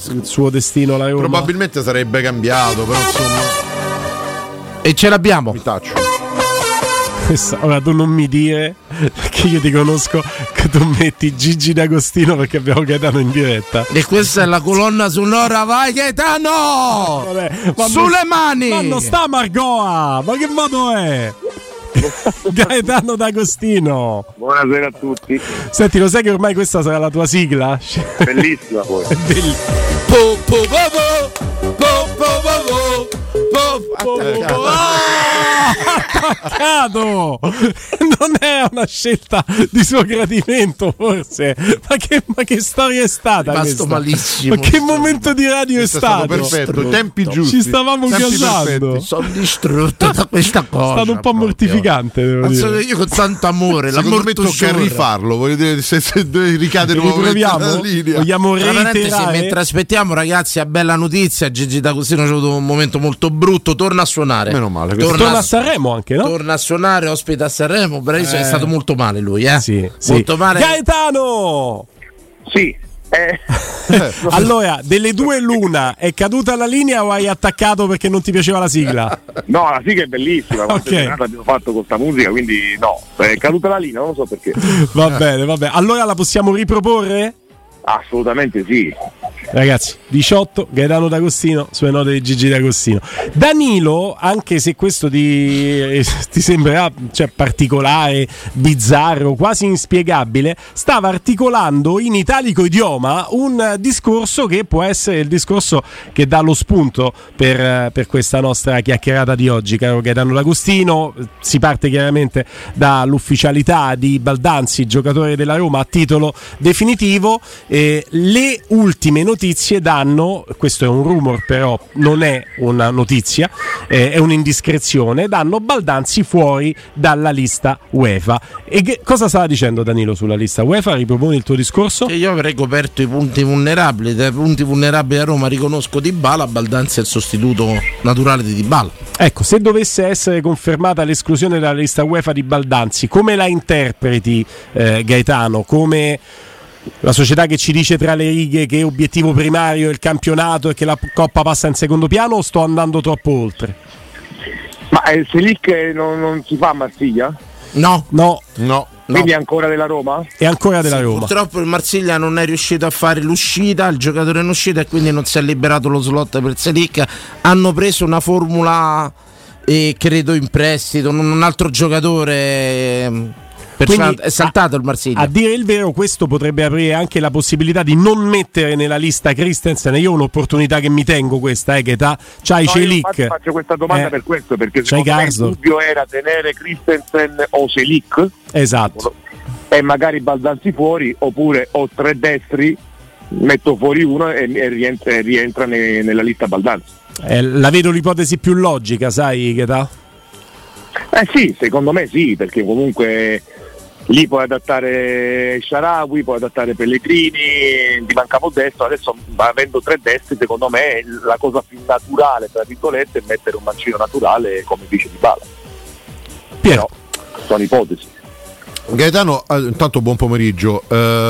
il suo destino la Roma? Probabilmente sarebbe cambiato, però insomma. E ce l'abbiamo. Mi taccio. Ora tu non mi dire che io ti conosco che tu metti Gigi D'Agostino perché abbiamo Gaetano in diretta. E questa è la colonna sonora, vai Gaetano! Vabbè, sulle mani! Ma non sta Margoa! Ma che modo è? Gaetano D'Agostino. Buonasera a tutti. Senti, lo sai che ormai questa sarà la tua sigla? Bellissima poi. Attaccato! Non è una scelta di suo gradimento, forse. Ma che storia è stata? Rimasto malissimo. Ma che momento di radio è stato? Perfetto, i tempi giusti. Ci stavamo gasando. Sono distrutto da questa cosa. È stato un po' mortificante, devo dire. Io con tanto amore. Secondo me tocca rifarlo. Voglio dire, se ricade nuovamente la linea. Vogliamo reiterare. Mentre aspettiamo, ragazzi, a bella notizia. Gigi D'Agostino ha avuto un momento molto brutto. Torna a suonare. Meno male. Torna a Sanremo anche, no? Torna a suonare, ospita a Sanremo. Bravissimo, è stato molto male lui, Sì. Molto male. Gaetano! Sì. Allora, delle due l'una, è caduta la linea o hai attaccato perché non ti piaceva la sigla? No, la sigla è bellissima. Ok. Abbiamo fatto con sta musica, quindi no, è caduta la linea, non lo so perché. Va bene. Allora la possiamo riproporre? Assolutamente sì. Ragazzi, 18, Gaetano D'Agostino, sulle note di Gigi D'Agostino. Danilo, anche se questo ti sembrerà particolare, bizzarro, quasi inspiegabile, stava articolando in italico idioma un discorso che può essere il discorso che dà lo spunto per questa nostra chiacchierata di oggi, caro Gaetano D'Agostino. Si parte chiaramente dall'ufficialità di Baldanzi, giocatore della Roma a titolo definitivo. Le ultime notizie danno, questo è un rumor però non è una notizia, è un'indiscrezione, danno Baldanzi fuori dalla lista UEFA. E cosa stava dicendo Danilo sulla lista UEFA? Riproponi il tuo discorso? Che io avrei coperto i punti vulnerabili. Dai punti vulnerabili a Roma riconosco Dybala. Baldanzi è il sostituto naturale di Dybala. Ecco, se dovesse essere confermata l'esclusione dalla lista UEFA di Baldanzi, come la interpreti, Gaetano? Come la società che ci dice tra le righe che obiettivo primario è il campionato e che la Coppa passa in secondo piano, o sto andando troppo oltre? Ma Selic non si fa a Marsiglia? No. Quindi è ancora della Roma? È ancora della Roma. Purtroppo il Marsiglia non è riuscito a fare l'uscita, il giocatore è in uscita e quindi non si è liberato lo slot per Selic. Hanno preso una formula credo in prestito, un altro giocatore. Quindi è saltato il Marsiglia. A dire il vero, questo potrebbe aprire anche la possibilità di non mettere nella lista Christensen. Io ho un'opportunità che mi tengo questa, che c'hai Selic. Faccio questa domanda per questo, perché secondo me il dubbio era tenere Christensen o Selic. Esatto. E magari Baldanzi fuori, oppure ho tre destri, metto fuori uno e rientra nella lista Baldanzi. La vedo l'ipotesi più logica, sai, Gaetà? Sì, secondo me sì, perché comunque lì puoi adattare Shaarawy, puoi adattare Pellegrini, ti mancavo destro, adesso avendo tre destri secondo me la cosa più naturale tra virgolette è mettere un mancino naturale come vice Dybala. Però sono ipotesi. Gaetano, intanto buon pomeriggio.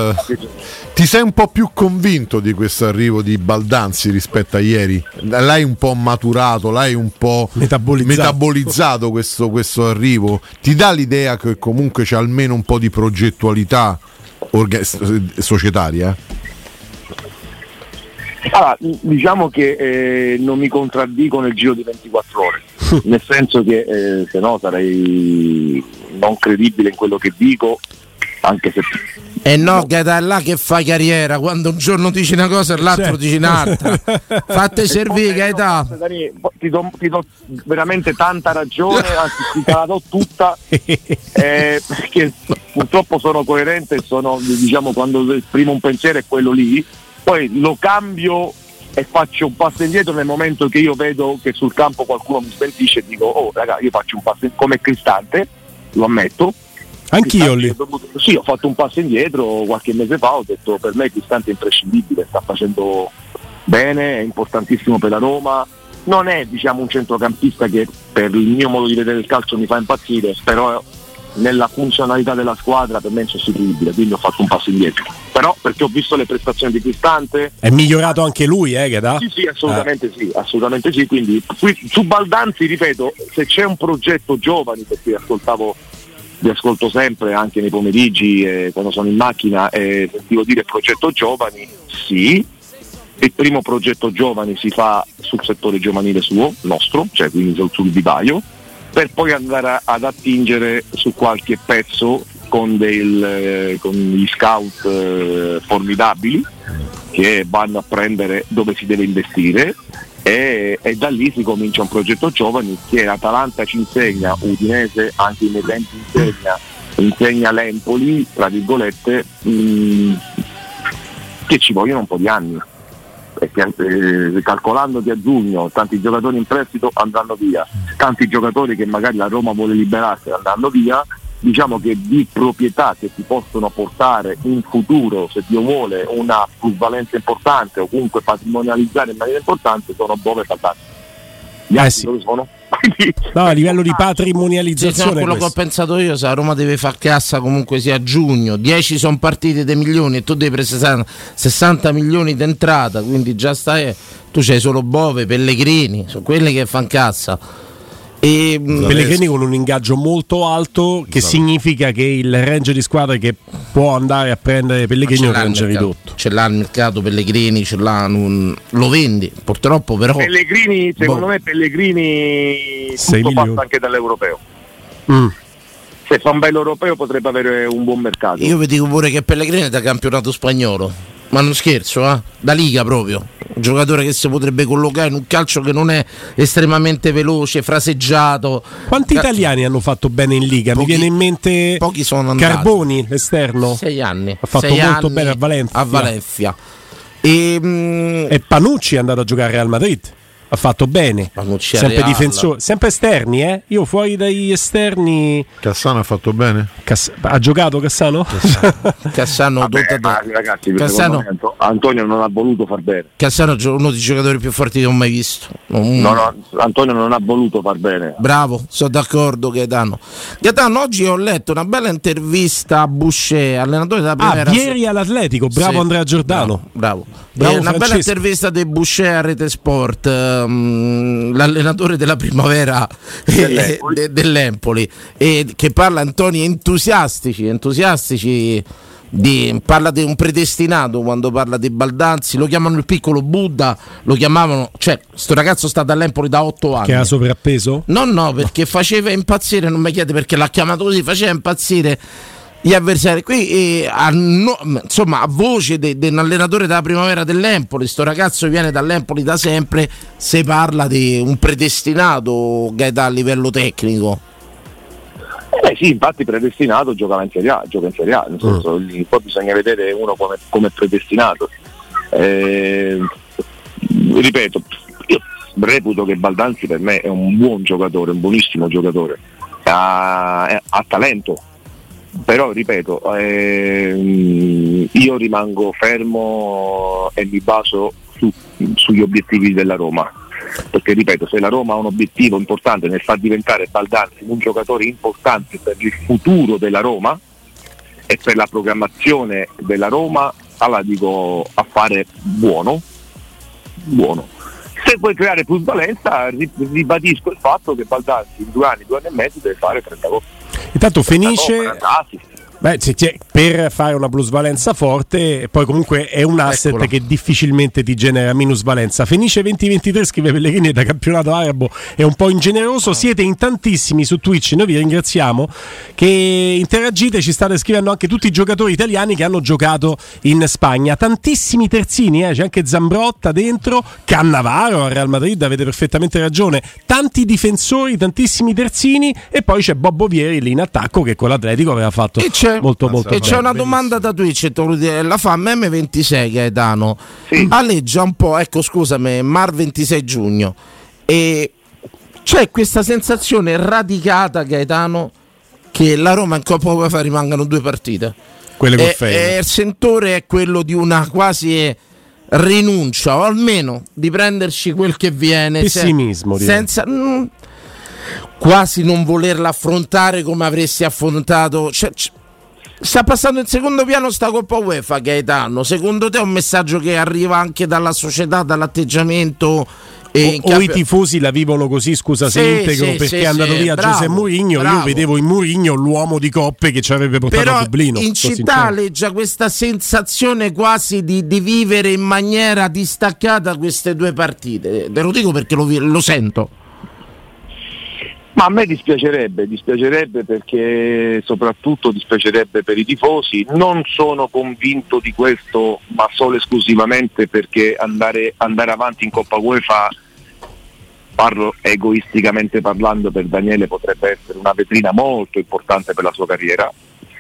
Ti sei un po' più convinto di questo arrivo di Baldanzi rispetto a ieri? L'hai un po' maturato, l'hai un po' metabolizzato questo arrivo? Ti dà l'idea che comunque c'è almeno un po' di progettualità societaria? Allora, diciamo che non mi contraddico nel giro di 24 ore, nel senso che se no sarei non credibile in quello che dico, anche se no, che da là che fa carriera, quando un giorno dici una cosa e l'altro dici un'altra. Fate servire, Gaetano. Ti do veramente tanta ragione, anzi ti la do tutta, perché purtroppo sono coerente e sono, diciamo, quando esprimo un pensiero è quello lì, poi lo cambio e faccio un passo indietro nel momento che io vedo che sul campo qualcuno mi smentisce e dico oh raga, io faccio un passo come Cristante, lo ammetto. Anch'io lì. Sì, ho fatto un passo indietro qualche mese fa, ho detto per me Cristante è imprescindibile, sta facendo bene, è importantissimo per la Roma, non è, diciamo, un centrocampista che per il mio modo di vedere il calcio mi fa impazzire, però nella funzionalità della squadra per me è insostituibile, quindi ho fatto un passo indietro, però perché ho visto le prestazioni di Cristante. È migliorato anche lui, Ghedà? Sì, assolutamente sì, quindi qui, su Baldanzi ripeto, se c'è un progetto giovani, perché vi ascolto sempre anche nei pomeriggi quando sono in macchina e sentivo dire progetto giovani, sì, il primo progetto giovani si fa sul settore giovanile suo, nostro, cioè quindi sul vivaio, per poi andare ad attingere su qualche pezzo con gli scout formidabili che vanno a prendere dove si deve investire e da lì si comincia un progetto giovani che l'Atalanta ci insegna, Udinese anche in eventi insegna l'Empoli, tra virgolette, che ci vogliono un po' di anni. Calcolando che a giugno tanti giocatori in prestito andranno via, tanti giocatori che magari la Roma vuole liberarsi andando via, diciamo che di proprietà che si possono portare in futuro, se Dio vuole, una plusvalenza importante o comunque patrimonializzare in maniera importante sono Bove e Baldanzi. Gli altri sì. dove sono? No, a livello di patrimonializzazione, quello che ho pensato io, se la Roma deve far cassa comunque sia a giugno, 10 sono partite dei milioni e tu devi prendere 60 milioni di entrata, quindi già stai, tu c'hai solo Bove, Pellegrini, sono quelli che fanno cassa. E Pellegrini con un ingaggio molto alto, che significa che il range di squadre che può andare a prendere Pellegrini è un range ridotto. Ce l'ha il mercato Pellegrini, lo vendi purtroppo, però Pellegrini, secondo me Pellegrini tutto passa anche dall'europeo. Se fa un bello europeo potrebbe avere un buon mercato. Io vi dico pure che Pellegrini è da campionato spagnolo, ma non scherzo, da Liga proprio, un giocatore che si potrebbe collocare in un calcio che non è estremamente veloce, fraseggiato. Quanti italiani hanno fatto bene in Liga? Mi viene in mente pochi sono andati. Carboni, l'esterno, 6 anni ha fatto molto bene a Valencia. E Panucci è andato a giocare al Real Madrid, ha fatto bene, sempre difensore, sempre esterni, io fuori dagli esterni. Cassano ha fatto bene? Ha giocato Cassano? Cassano, ragazzi, Cassano, Antonio non ha voluto far bene. Cassano è uno dei giocatori più forti che ho mai visto. No, Antonio non ha voluto far bene. Bravo, sono d'accordo. Gaetano, oggi ho letto una bella intervista a Boucher, allenatore della primera. Ieri all'Atletico, bravo, sì. Andrea Giordano, bravo una bella intervista di Boucher a Rete Sport, l'allenatore della primavera dell'Empoli, che parla, Antonio, entusiastici parla di un predestinato quando parla di Baldanzi, lo chiamano il piccolo Buddha, lo chiamavano, cioè sto ragazzo sta dall'Empoli da 8 anni. Che era sovrappeso? No, perché faceva impazzire, non mi chiede perché l'ha chiamato così, faceva impazzire gli avversari qui, insomma, a voce dell'allenatore della primavera dell'Empoli, sto ragazzo viene dall'Empoli da sempre, si parla di un predestinato Gaetà a livello tecnico. Sì, infatti predestinato giocava in Serie A, nel senso, poi bisogna vedere uno come predestinato. Ripeto, io reputo che Baldanzi per me è un buon giocatore, un buonissimo giocatore, ha talento. Però ripeto, io rimango fermo e mi baso sugli obiettivi della Roma, perché ripeto, se la Roma ha un obiettivo importante nel far diventare Baldanzi un giocatore importante per il futuro della Roma e per la programmazione della Roma, allora dico affare buono. Se vuoi creare plusvalenza, ribadisco il fatto che Baldanzi in 2 anni, 2 anni e mezzo deve fare 30 gol. Intanto finisce per fare una plusvalenza forte, e poi comunque è un asset che difficilmente ti genera minusvalenza. Finisce 2023, scrive Pellegrini, da campionato arabo è un po' ingeneroso. Siete in tantissimi su Twitch, noi vi ringraziamo che interagite, ci state scrivendo anche tutti i giocatori italiani che hanno giocato in Spagna, tantissimi terzini, c'è anche Zambrotta dentro, Cannavaro al Real Madrid, avete perfettamente ragione, tanti difensori, tantissimi terzini, e poi c'è Bobbo Vieri lì in attacco che con l'Atletico aveva fatto molto e c'è una domanda da Twitch, la fa Mem26 Gaetano, sì. Alleggia un po', scusami, Mar 26 giugno, e c'è questa sensazione radicata, Gaetano, che la Roma in Coppa UEFA rimangano 2 partite, quelle con il sentore è quello di una quasi rinuncia, o almeno di prenderci quel che viene, pessimismo, senza quasi non volerla affrontare come avresti affrontato. Sta passando in secondo piano sta Coppa UEFA, Gaetano. Secondo te è un messaggio che arriva anche dalla società, dall'atteggiamento? O i tifosi la vivono così, scusa se integro, perché è andato via Giuseppe Mourinho. Io vedevo in Mourinho l'uomo di coppe che ci avrebbe portato a Dublino. In città aleggia questa sensazione quasi di vivere in maniera distaccata queste due partite. Te lo dico perché lo sento. Ma a me dispiacerebbe perché soprattutto dispiacerebbe per i tifosi. Non sono convinto di questo, ma solo esclusivamente perché andare avanti in Coppa UEFA, parlo egoisticamente parlando, per Daniele potrebbe essere una vetrina molto importante per la sua carriera,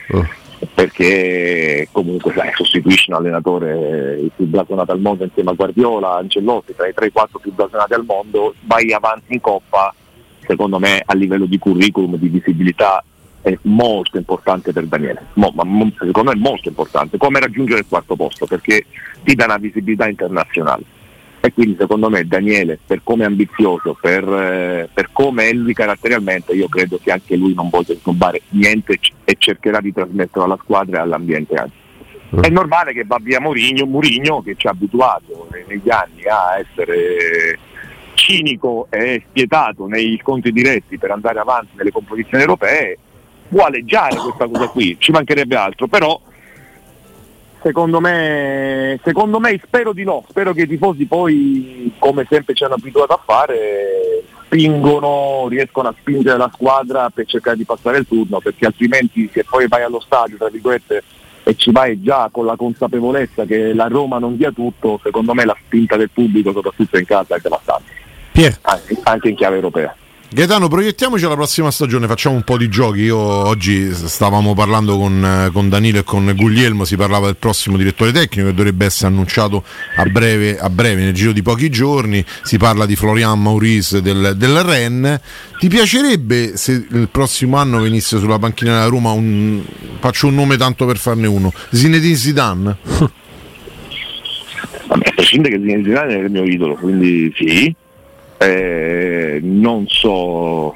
perché comunque sostituisce un allenatore il più blasonato al mondo insieme a Guardiola, Ancelotti, tra i 3-4 più blasonati al mondo, vai avanti in Coppa. Secondo me a livello di curriculum, di visibilità è molto importante per Daniele, secondo me è molto importante, come raggiungere il quarto posto, perché ti dà una visibilità internazionale, e quindi secondo me Daniele, per come è ambizioso, per come è lui caratterialmente, io credo che anche lui non voglia snobbare niente e cercherà di trasmetterlo alla squadra e all'ambiente anche. È normale che va via Mourinho che ci ha abituato negli anni a essere cinico e spietato nei scontri diretti per andare avanti nelle competizioni europee, può aleggiare questa cosa qui, ci mancherebbe altro, però secondo me spero di no, spero che i tifosi poi, come sempre ci hanno abituato a fare, riescono a spingere la squadra per cercare di passare il turno, perché altrimenti se poi vai allo stadio, tra virgolette, e ci vai già con la consapevolezza che la Roma non dia tutto, secondo me la spinta del pubblico, soprattutto in casa, è devastante. Anche in chiave europea. Gaetano, proiettiamoci alla prossima stagione, facciamo un po' di giochi. Io oggi stavamo parlando con Danilo e con Guglielmo, si parlava del prossimo direttore tecnico che dovrebbe essere annunciato a breve, nel giro di pochi giorni. Si parla di Florian Maurice del Rennes. Ti piacerebbe se il prossimo anno venisse sulla panchina della Roma faccio un nome tanto per farne uno, Zinedine Zidane? A prescindere che Zinedine Zidane è il mio idolo, quindi sì. Non so,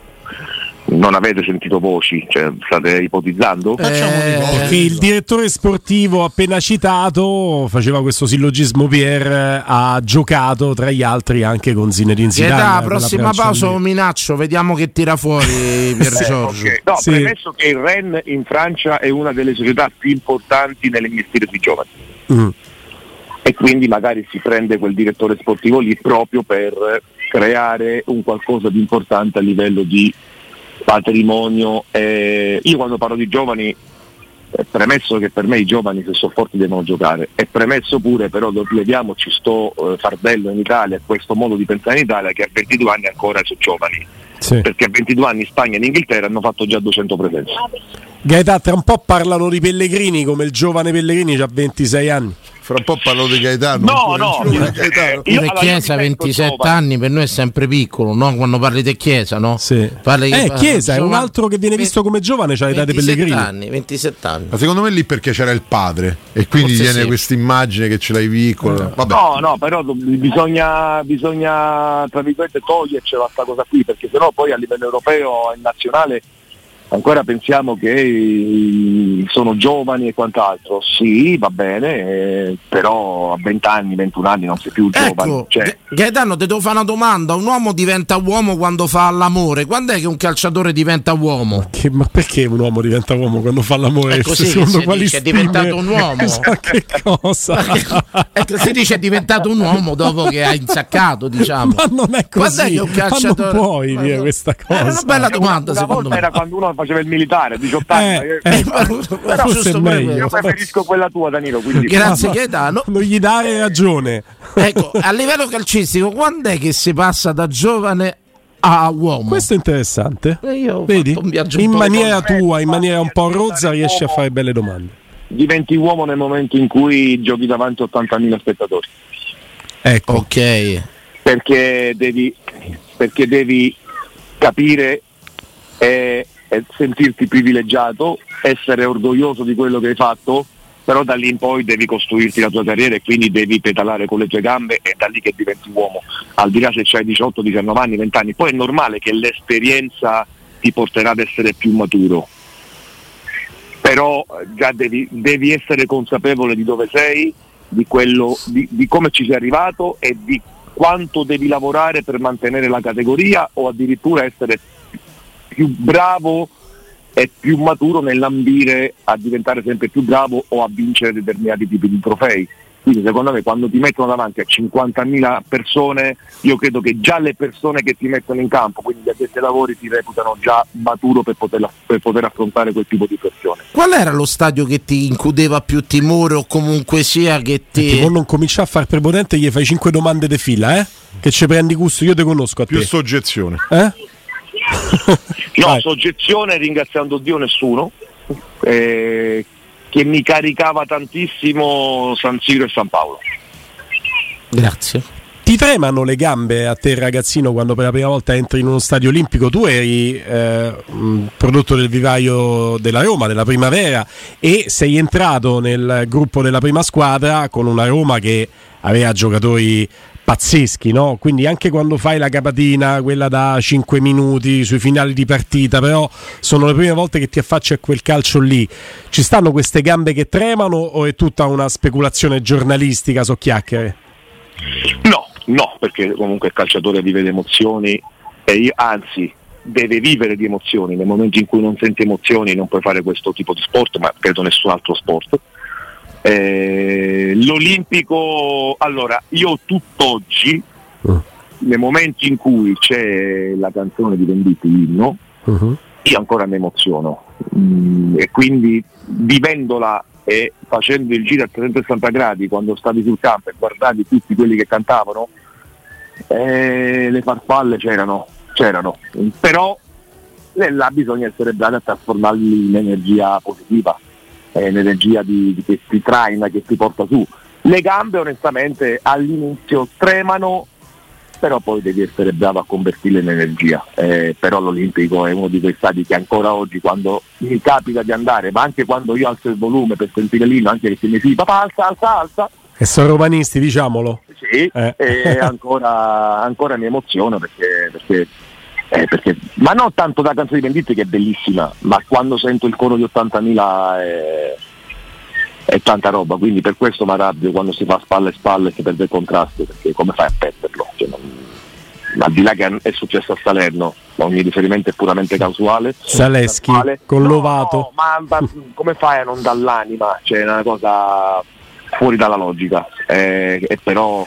non avete sentito voci, state ipotizzando? Perché il direttore sportivo appena citato faceva questo sillogismo, Pierre ha giocato tra gli altri anche con Zinedine Zidane. La prossima pausa lo minaccio, vediamo che tira fuori Pier Giorgio. Okay. No, premesso che il Rennes in Francia è una delle società più importanti nell'investire sui giovani. E quindi magari si prende quel direttore sportivo lì proprio per creare un qualcosa di importante a livello di patrimonio. Io quando parlo di giovani, premesso che per me i giovani, se sono forti, devono giocare, e premesso pure però leviamoci sto fardello in Italia, questo modo di pensare in Italia, che a 22 anni ancora sono giovani, perché a 22 anni in Spagna e in Inghilterra hanno fatto già 200 presenze. Gaetà, tra un po' parlano di Pellegrini come il giovane Pellegrini, c'ha 26 anni. Fra un po' parlo di Gaetano. Chiesa 27 anni per noi è sempre piccolo, no? Quando parli di Chiesa, no? Sì. Chiesa è un altro che viene visto come giovane, c'ha l'età di Pellegrini. 27 anni. Ma secondo me lì perché c'era il padre e quindi forse viene questa immagine che ce l'hai piccola. No, però bisogna tra virgolette togliercela sta cosa qui, perché sennò poi a livello europeo e nazionale ancora pensiamo che sono giovani e quant'altro. Sì, va bene, però a 20 anni, 21 anni non sei più giovane. Gaetano, ti devo fare una domanda. Un uomo diventa uomo quando fa l'amore. Quando è che un calciatore diventa uomo? Ma perché un uomo diventa uomo quando fa l'amore? È così, secondo quali dice, è diventato un uomo. Che cosa? Si dice è diventato un uomo dopo che ha insaccato, diciamo. Ma non è così. Quando è che un calciatore... Ma non puoi dire questa cosa. È una bella domanda, secondo me. Era quando uno faceva il militare, 18 anni. Però forse è meglio. Io preferisco quella tua, Danilo. Quindi. Grazie, Gaetano. Non gli dare ragione. Ecco, a livello calcistico, quando è che si passa da giovane a uomo? Questo è interessante. Io vedi? In maniera tua, in maniera un po' rozza, riesci a fare belle domande. Diventi uomo nel momento in cui giochi davanti a 80.000 spettatori. Ecco. Ok. Perché devi capire e sentirti privilegiato, essere orgoglioso di quello che hai fatto però da lì in poi devi costruirti la tua carriera e quindi devi pedalare con le tue gambe, e da lì che diventi uomo, al di là se c'hai 18, 19 anni, 20 anni. Poi è normale che l'esperienza ti porterà ad essere più maturo, però già devi essere consapevole di dove sei, di come ci sei arrivato e di quanto devi lavorare per mantenere la categoria, o addirittura essere più bravo e più maturo nell'ambire a diventare sempre più bravo o a vincere determinati tipi di trofei. Quindi secondo me quando ti mettono davanti a 50.000 persone, io credo che già le persone che ti mettono in campo, quindi gli addetti ai lavori, ti reputano già maturo per poter affrontare quel tipo di pressione. Qual era lo stadio che ti incudeva più timore, o comunque sia che ti... Tipo non cominciare a far prepotente, gli fai 5 domande di fila, che ci prendi gusto, io te conosco a te. Più soggezione. No, soggezione, ringraziando Dio, nessuno, che mi caricava tantissimo San Siro e San Paolo. Grazie. Ti tremano le gambe a te, ragazzino, quando per la prima volta entri in uno stadio olimpico? Tu eri prodotto del vivaio della Roma, della Primavera, e sei entrato nel gruppo della prima squadra con una Roma che aveva giocatori pazzeschi, no? Quindi anche quando fai la capatina, quella da 5 minuti sui finali di partita, però sono le prime volte che ti affacci a quel calcio lì, ci stanno queste gambe che tremano o è tutta una speculazione giornalistica, so chiacchiere? No, perché comunque il calciatore vive le emozioni, e anzi deve vivere di emozioni. Nel momento in cui non senti emozioni non puoi fare questo tipo di sport, ma credo nessun altro sport. L'Olimpico, allora, io tutt'oggi nei momenti in cui c'è la canzone di Venditti, l'inno, io ancora mi emoziono, e quindi vivendola e facendo il giro a 360 gradi, quando stavi sul campo e guardavi tutti quelli che cantavano, le farfalle c'erano, però là bisogna essere bravi a trasformarli in energia positiva, l'energia che ti traina, che ti porta su. Le gambe onestamente all'inizio tremano, però poi devi essere bravo a convertirle in energia. Però l'Olimpico è uno di quei stadi che ancora oggi, quando mi capita di andare, ma anche quando io alzo il volume per sentire l'inno, anche che mi dice papà alza, e sono romanisti, diciamolo. Sì, ancora mi emoziono perché ma non tanto da canzone di Venditti, che è bellissima, ma quando sento il coro di 80.000 è tanta roba, quindi per questo mi arrabbio quando si fa spalle e spalle e si perde il contrasto, perché come fai a perderlo? Al di là che è successo a Salerno, ogni riferimento è puramente casuale. Saleschi con Lovato. Ma come fai a non dar l'anima? Cioè è una cosa fuori dalla logica, e però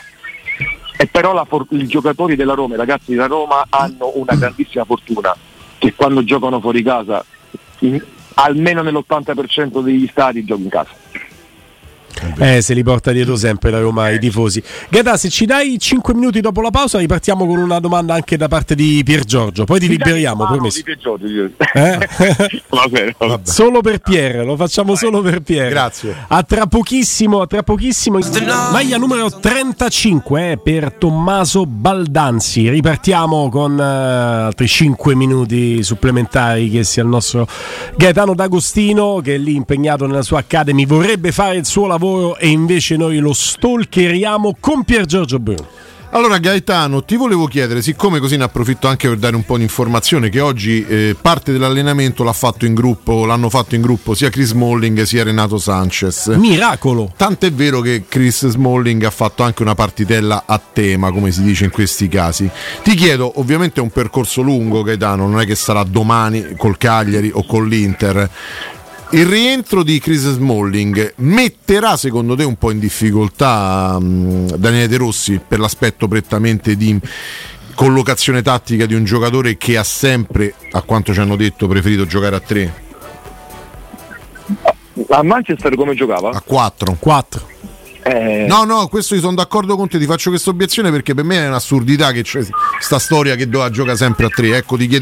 i giocatori della Roma, i ragazzi della Roma hanno una grandissima fortuna, che quando giocano fuori casa, almeno nell'80% degli stadi, giochi in casa. Se li porta dietro sempre la Roma, i tifosi. Gaetà, se ci dai 5 minuti dopo la pausa ripartiamo con una domanda anche da parte di Pier Giorgio, poi ti liberiamo, promesso. Vabbè. Solo per Pier, lo facciamo solo per Pier. Grazie. A tra pochissimo. Maglia numero 35 per Tommaso Baldanzi. Ripartiamo con altri 5 minuti supplementari chiesti al nostro Gaetano D'Agostino, che è lì impegnato nella sua Academy, vorrebbe fare il suo lavoro e invece noi lo stalkeriamo con Pier Giorgio Bruno. Allora Gaetano, ti volevo chiedere, siccome così ne approfitto anche per dare un po' di informazione, che oggi parte dell'allenamento l'hanno fatto in gruppo sia Chris Smalling sia Renato Sanchez. Miracolo! Tant'è vero che Chris Smalling ha fatto anche una partitella a tema, come si dice in questi casi. Ti chiedo, ovviamente è un percorso lungo, Gaetano, non è che sarà domani col Cagliari o con l'Inter. Il rientro di Chris Smalling metterà secondo te un po' in difficoltà Daniele De Rossi, per l'aspetto prettamente di collocazione tattica di un giocatore che ha sempre, a quanto ci hanno detto, preferito giocare a 3? A Manchester come giocava? A 4. No, questo io sono d'accordo con te, ti faccio questa obiezione perché per me è un'assurdità che c'è sta storia che gioca sempre a 3. Ecco, ti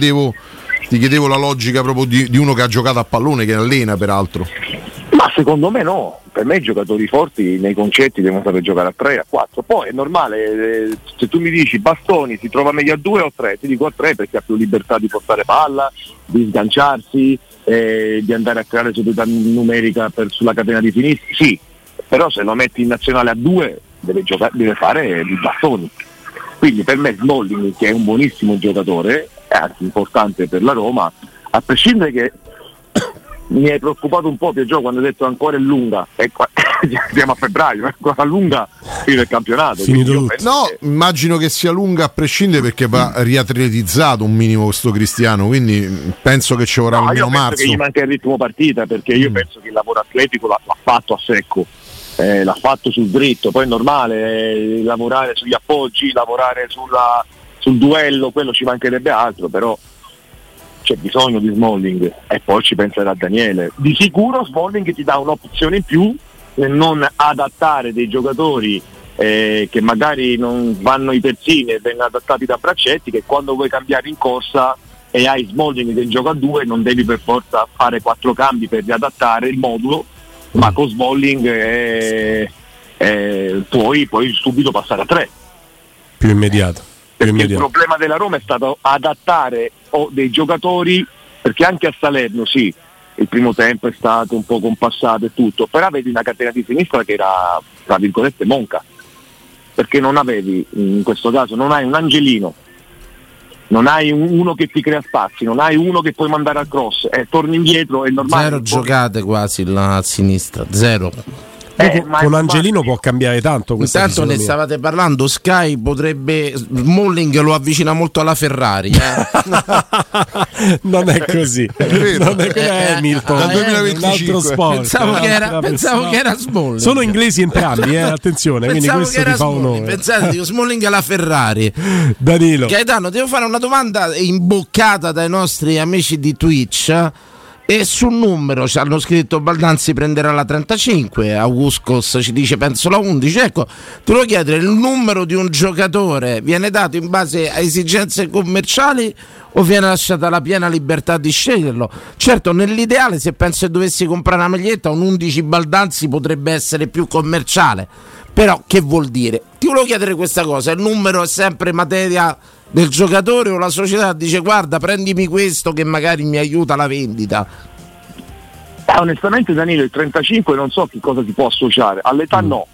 chiedevo la logica proprio di uno che ha giocato a pallone, che allena peraltro. Ma secondo me no, per me i giocatori forti nei concetti devono saper giocare a 3, a 4. Poi è normale, se tu mi dici Bastoni si trova meglio a 2 o a 3, ti dico a 3 perché ha più libertà di portare palla, di sganciarsi, di andare a creare superiorità numerica sulla catena di sinistri, sì, però se lo metti in nazionale a 2 deve fare di Bastoni. Quindi per me Smalling, che è un buonissimo giocatore, è anche importante per la Roma, a prescindere che mi hai preoccupato un po' Pietro quando hai detto ancora è lunga, siamo a febbraio, ancora lunga fino al campionato. No, immagino che sia lunga a prescindere perché va riatletizzato un minimo questo Cristiano, quindi penso che ci vorrà almeno marzo. Penso che gli manca il ritmo partita, perché io penso che il lavoro atletico l'ha fatto a secco, l'ha fatto sul dritto, poi è normale lavorare sugli appoggi, lavorare sul duello, quello ci mancherebbe altro, però c'è bisogno di Smalling e poi ci penserà Daniele. Di sicuro Smalling ti dà un'opzione in più nel non adattare dei giocatori che magari non vanno ai terzini e vengono adattati da Braccetti, che quando vuoi cambiare in corsa e hai Smalling che gioca a 2 non devi per forza fare 4 cambi per riadattare il modulo, ma con Smalling puoi subito passare a 3 più immediato. Perché il problema della Roma è stato adattare dei giocatori, perché anche a Salerno sì, il primo tempo è stato un po' compassato e tutto, però avevi una catena di sinistra che era tra virgolette monca, perché non avevi, in questo caso non hai un Angelino, non hai uno che ti crea spazi, non hai uno che puoi mandare al cross, torni indietro, è normale. 0 giocate quasi là a sinistra, 0. Con Angelino può cambiare tanto. Intanto ne stavate parlando, Sky potrebbe, Smalling lo avvicina molto alla Ferrari. Non è così, non è Hamilton, dal 2025. un altro sport. Pensavo che era Smalling. Sono inglesi entrambi, attenzione, quindi questo ti fa onore. Pensate, dico Smalling alla Ferrari. Danilo Gaetano, devo fare una domanda imboccata dai nostri amici di Twitch. E sul numero ci hanno scritto Baldanzi prenderà la 35, Auguscos ci dice penso la 11. Ecco, ti volevo chiedere, il numero di un giocatore viene dato in base a esigenze commerciali o viene lasciata la piena libertà di sceglierlo? Certo, nell'ideale, se penso che dovessi comprare una maglietta, un 11 Baldanzi potrebbe essere più commerciale, però che vuol dire? Ti volevo chiedere questa cosa, il numero è sempre materia del giocatore o la società dice guarda prendimi questo che magari mi aiuta la vendita? Onestamente Danilo, il 35 non so che cosa si può associare, all'età no.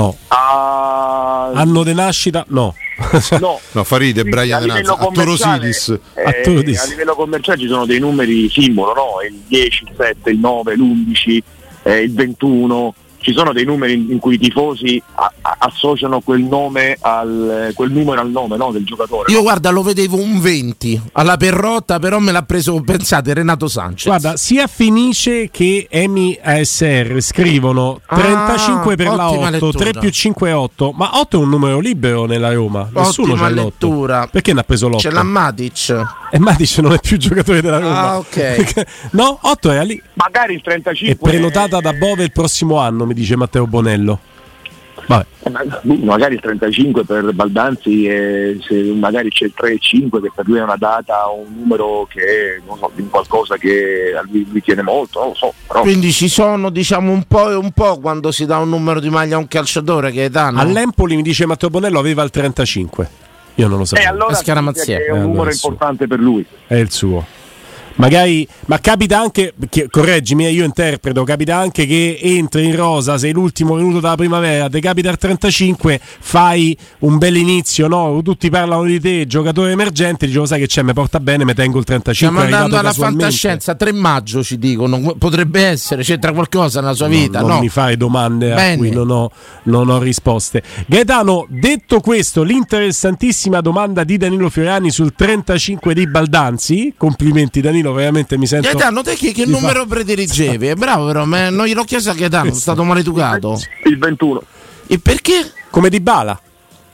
Anno di nascita no. No, Faride, Brian Denazza, a Torosidis. A livello commerciale ci sono dei numeri simbolo, no? Il 10, il 7, il 9, l'11, il 21. Ci sono dei numeri in cui i tifosi associano quel nome quel numero al nome, no, del giocatore. Io guarda, lo vedevo un 20 alla Perrotta, però me l'ha preso, pensate, Renato Sanchez. Guarda, sia Fenice che Emi ASR scrivono 35 per la 8, lettura. 3 più 5 è 8, ma 8 è un numero libero nella Roma. Nessuno c'ha l'8. Perché ne ha preso l'8? C'è la Matic. E Matic non è più giocatore della Roma. Ok. No, 8 è lì. Magari il 35 è prenotata da Bove il prossimo anno, mi dice Matteo Bonello. Vabbè. Magari il 35 per Baldanzi, se magari c'è il 3 e 5 che per lui è una data o un numero che non so, qualcosa che a lui tiene molto, non lo so. Però. Quindi ci sono, diciamo, un po' e un po' quando si dà un numero di maglia a un calciatore che danno. All'Empoli, mi dice Matteo Bonello, aveva il 35. Io non lo sapevo. Allora è un numero importante per lui. È il suo. Magari, ma capita anche, correggimi, io interpreto, capita anche che entri in rosa, sei l'ultimo venuto dalla primavera, te capita il 35, fai un bel inizio, no? Tutti parlano di te, giocatore emergente, dicevo sai che c'è, mi porta bene, mi tengo il 35. Stiamo andando alla fantascienza, 3 maggio ci dicono, potrebbe essere, c'entra qualcosa nella sua vita, no? Non mi fai domande a cui non ho risposte. Gaetano, detto questo, l'interessantissima domanda di Danilo Fiorani sul 35 di Baldanzi, complimenti Danilo. Veramente mi sento. Gaetano, te che numero prediligevi? È bravo, però non gliel'ho chiesto a Gaetano, sono stato maleducato. Il 21. E perché? Come Dybala.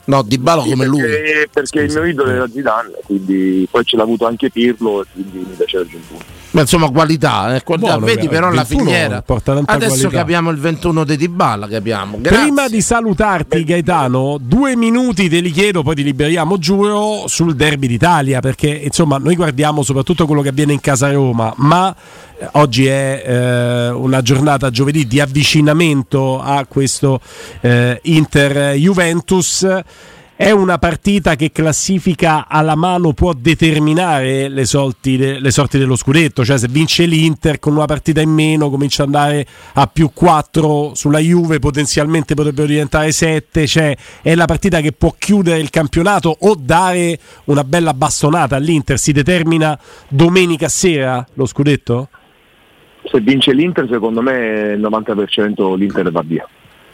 No, Dybala come lui. Perché il mio idolo era Zidane, quindi poi ce l'ha avuto anche Pirlo e quindi mi piace il 21. Ma insomma qualità, Buono, vedi però la 21 filiera. porta tanta Adesso qualità. capiamo il 21 di Dybala, capiamo. Grazie. Prima di salutarti Gaetano, 2 minuti te li chiedo, poi ti liberiamo, giuro, sul derby d'Italia, perché insomma noi guardiamo soprattutto quello che avviene in casa Roma, ma oggi è una giornata giovedì di avvicinamento a questo Inter-Juventus. È una partita che classifica alla mano può determinare le sorti dello scudetto, cioè se vince l'Inter con una partita in meno comincia ad andare a +4 sulla Juve, potenzialmente potrebbero diventare 7, cioè è la partita che può chiudere il campionato o dare una bella bastonata all'Inter. Si determina domenica sera lo scudetto? Se vince l'Inter, secondo me il 90% l'Inter va via,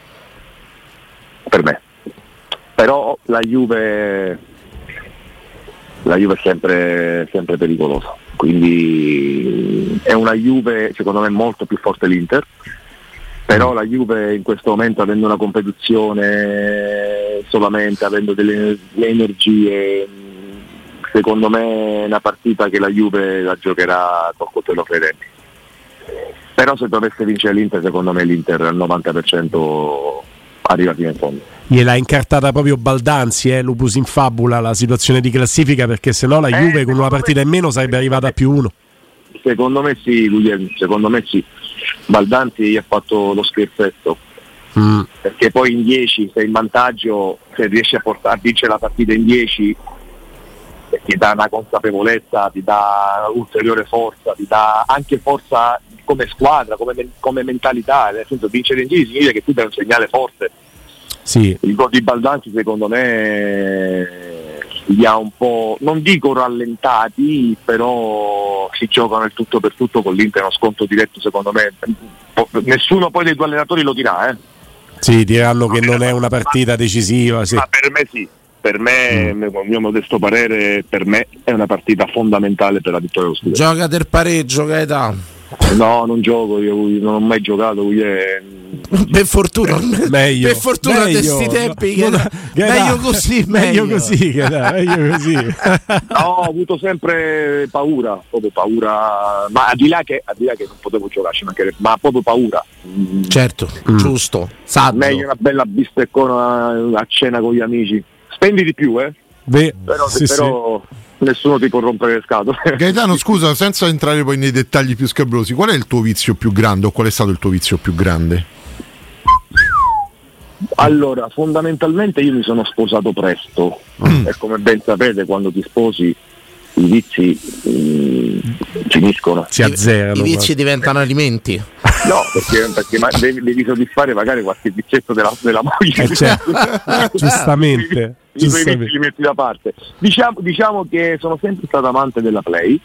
per me. Però la Juve è sempre pericolosa, quindi è una Juve secondo me molto più forte l'Inter, però la Juve in questo momento, avendo una competizione solamente, avendo delle energie, secondo me è una partita che la Juve la giocherà col coltello fra i denti. Però se dovesse vincere l'Inter, secondo me l'Inter al 90% arriva fino in fondo. Gliel'ha incartata proprio Baldanzi, lupus in fabula, la situazione di classifica, perché sennò la Juve con una partita in meno sarebbe arrivata a +1. Secondo me sì, Guglielmo, secondo me sì. Baldanzi ha fatto lo scherzetto, perché poi in 10 sei in vantaggio, se riesci a vincere la partita in 10 ti dà una consapevolezza, ti dà ulteriore forza, ti dà anche forza come squadra, come mentalità, nel senso vincere in 10 significa che tu dai un segnale forte. Sì. Il gol di Baldanzi secondo me li ha un po', non dico rallentati, però si giocano il tutto per tutto con l'Inter, uno sconto diretto secondo me. Nessuno poi dei due allenatori lo dirà. Sì, diranno che non è una partita decisiva. Sì. Ma per me sì, per me, con il mio modesto parere, per me è una partita fondamentale per la vittoria dello scudetto. Gioca del pareggio, Gaetano. No, non gioco, io non ho mai giocato. Per fortuna, meglio, per fortuna meglio, questi tempi meglio così, meglio così. No, ho avuto sempre paura, proprio paura, ma al di là che non potevo giocarci, ma proprio paura. Certo, giusto. Saggio. Meglio una bella bisteccona a cena con gli amici. Spendi di più, però sì. Nessuno ti può rompere le scatole. Gaetano, scusa, senza entrare poi nei dettagli più scabrosi, qual è il tuo vizio più grande o qual è stato il tuo vizio più grande? Allora, fondamentalmente io mi sono sposato presto e come ben sapete quando ti sposi i vizi finiscono. Si azzerano. I vizi diventano alimenti. No, perché devi soddisfare magari qualche vizietto della moglie. Giustamente. I tuoi vizi li metti da parte. Diciamo che sono sempre stato amante della Play.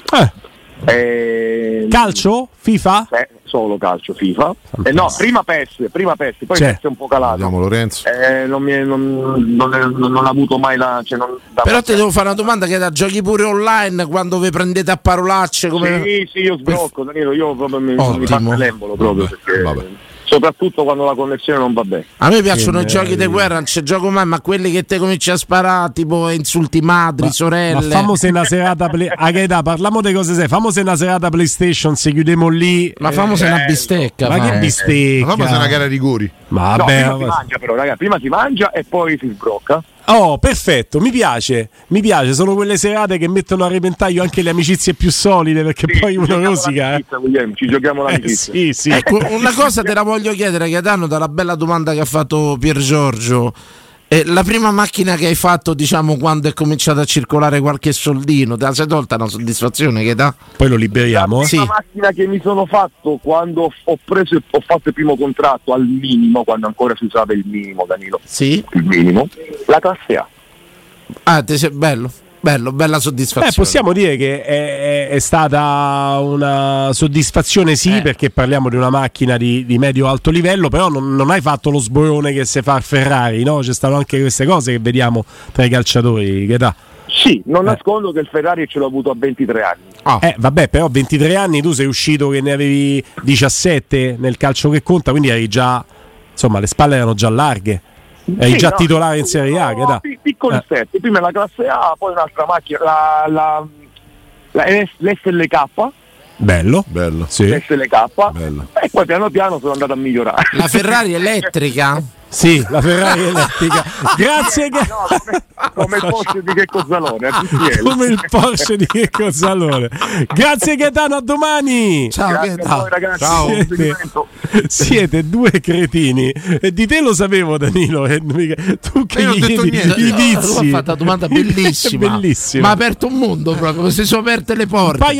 Calcio? FIFA? Solo calcio, FIFA. No, prima PES, poi PES è un po' calato. Andiamo Lorenzo. Non ha avuto mai Però ti devo fare una domanda, che da giochi pure online quando vi prendete a parolacce come... Sì, io sbrocco, Danilo, io proprio mi faccio l'embolo proprio perché soprattutto quando la connessione non va bene. A me piacciono i giochi di guerra, non ci gioco mai, ma quelli che te cominci a sparare, tipo insulti madri, sorelle. Ma famose una serata parliamo di cose serie, famose una serata PlayStation, se chiudiamo lì. Ma famose una bistecca. Ma che bistecca? Ma famose una gara a rigori. Ma no, vabbè, prima si mangia però, ragazzi, prima si mangia e poi si sbrocca. Oh, perfetto, mi piace, sono quelle serate che mettono a repentaglio anche le amicizie più solide, perché poi uno rosica. Ci giochiamo l'amicizia. Sì. Ecco, una cosa te la voglio chiedere, Gaetano, dalla bella domanda che ha fatto Pier Giorgio. La prima macchina che hai fatto, diciamo, quando è cominciato a circolare qualche soldino, te la sei tolta una soddisfazione che dà? Poi lo liberiamo. La prima macchina che mi sono fatto quando ho fatto il primo contratto al minimo, quando ancora si usava il minimo, Danilo. Sì. Il minimo. La classe A. Ah, bella soddisfazione. Possiamo dire che è stata una soddisfazione, sì, perché parliamo di una macchina di medio-alto livello, però non hai fatto lo sborone che si fa a Ferrari, no? Ci stanno anche queste cose che vediamo tra i calciatori, che dà. Sì, non nascondo che il Ferrari ce l'ho avuto a 23 anni. Vabbè, però 23 anni tu sei uscito che ne avevi 17 nel calcio che conta, quindi eri già, insomma, le spalle erano già larghe. È già titolare in Serie A, che dà? Piccoli step, prima la classe A, poi un'altra macchina, l'SLK. Bello, sì. l'SLK. Bello. E poi piano piano sono andato a migliorare. La Ferrari elettrica? Sì, la Ferrari elettrica. Grazie, come il Porsche di Checco Zalone. Come il Porsche di Checco Zalone. Grazie Gaetano, a domani. Ciao Gaetano. Ragazzi. Ciao. Siete due cretini. E di te lo sapevo, Danilo. Tu che io non ho detto niente. I vizi. Ho fatto una domanda bellissima. Bellissima. Ma ha aperto un mondo proprio, si sono aperte le porte.